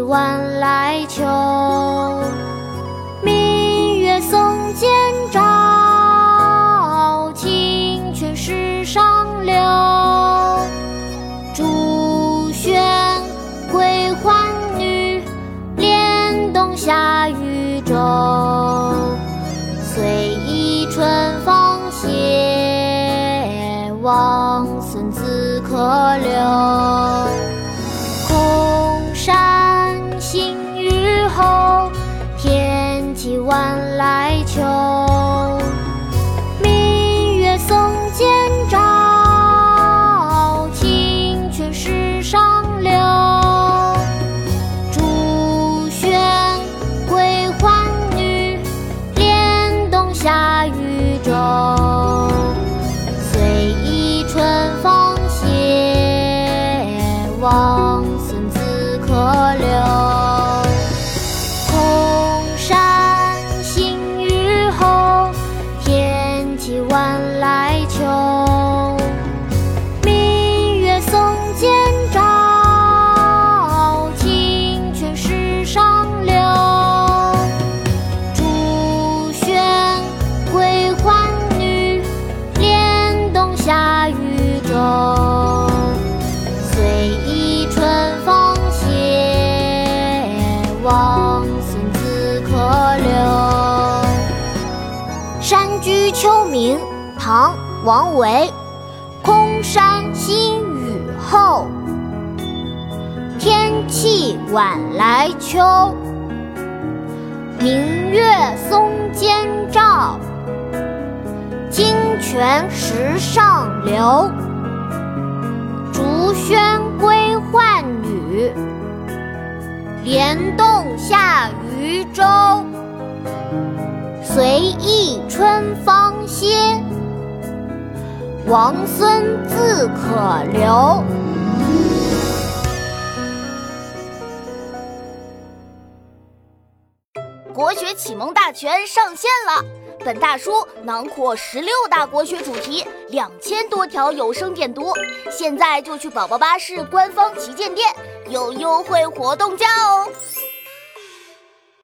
晚来秋。明月松间照，清泉石上流。朱轩归浣女，莲动下渔舟。随意春芳歇，望孙子可留。空山新雨后，天气晚来秋。明月松间照，清泉石上流。朱轩归浣女，莲动下渔舟。随意春芳歇，望孙子可留。空山新雨后，天气晚来秋。明月松间照，清泉石上流。朱轩归浣女，莲动下渔舟。随意春芳歇，望孙子可留。山居秋暝，唐·王维。空山新雨后，天气晚来秋。明月松间照，清泉石上流。朱轩归浣女，莲动下渔舟。随意春芳歇，望孙自可留。 国学启蒙大全上线了！本大书囊括16大国学主题，2000多条有声点读。现在就去宝宝巴士官方旗舰店，有优惠活动价哦！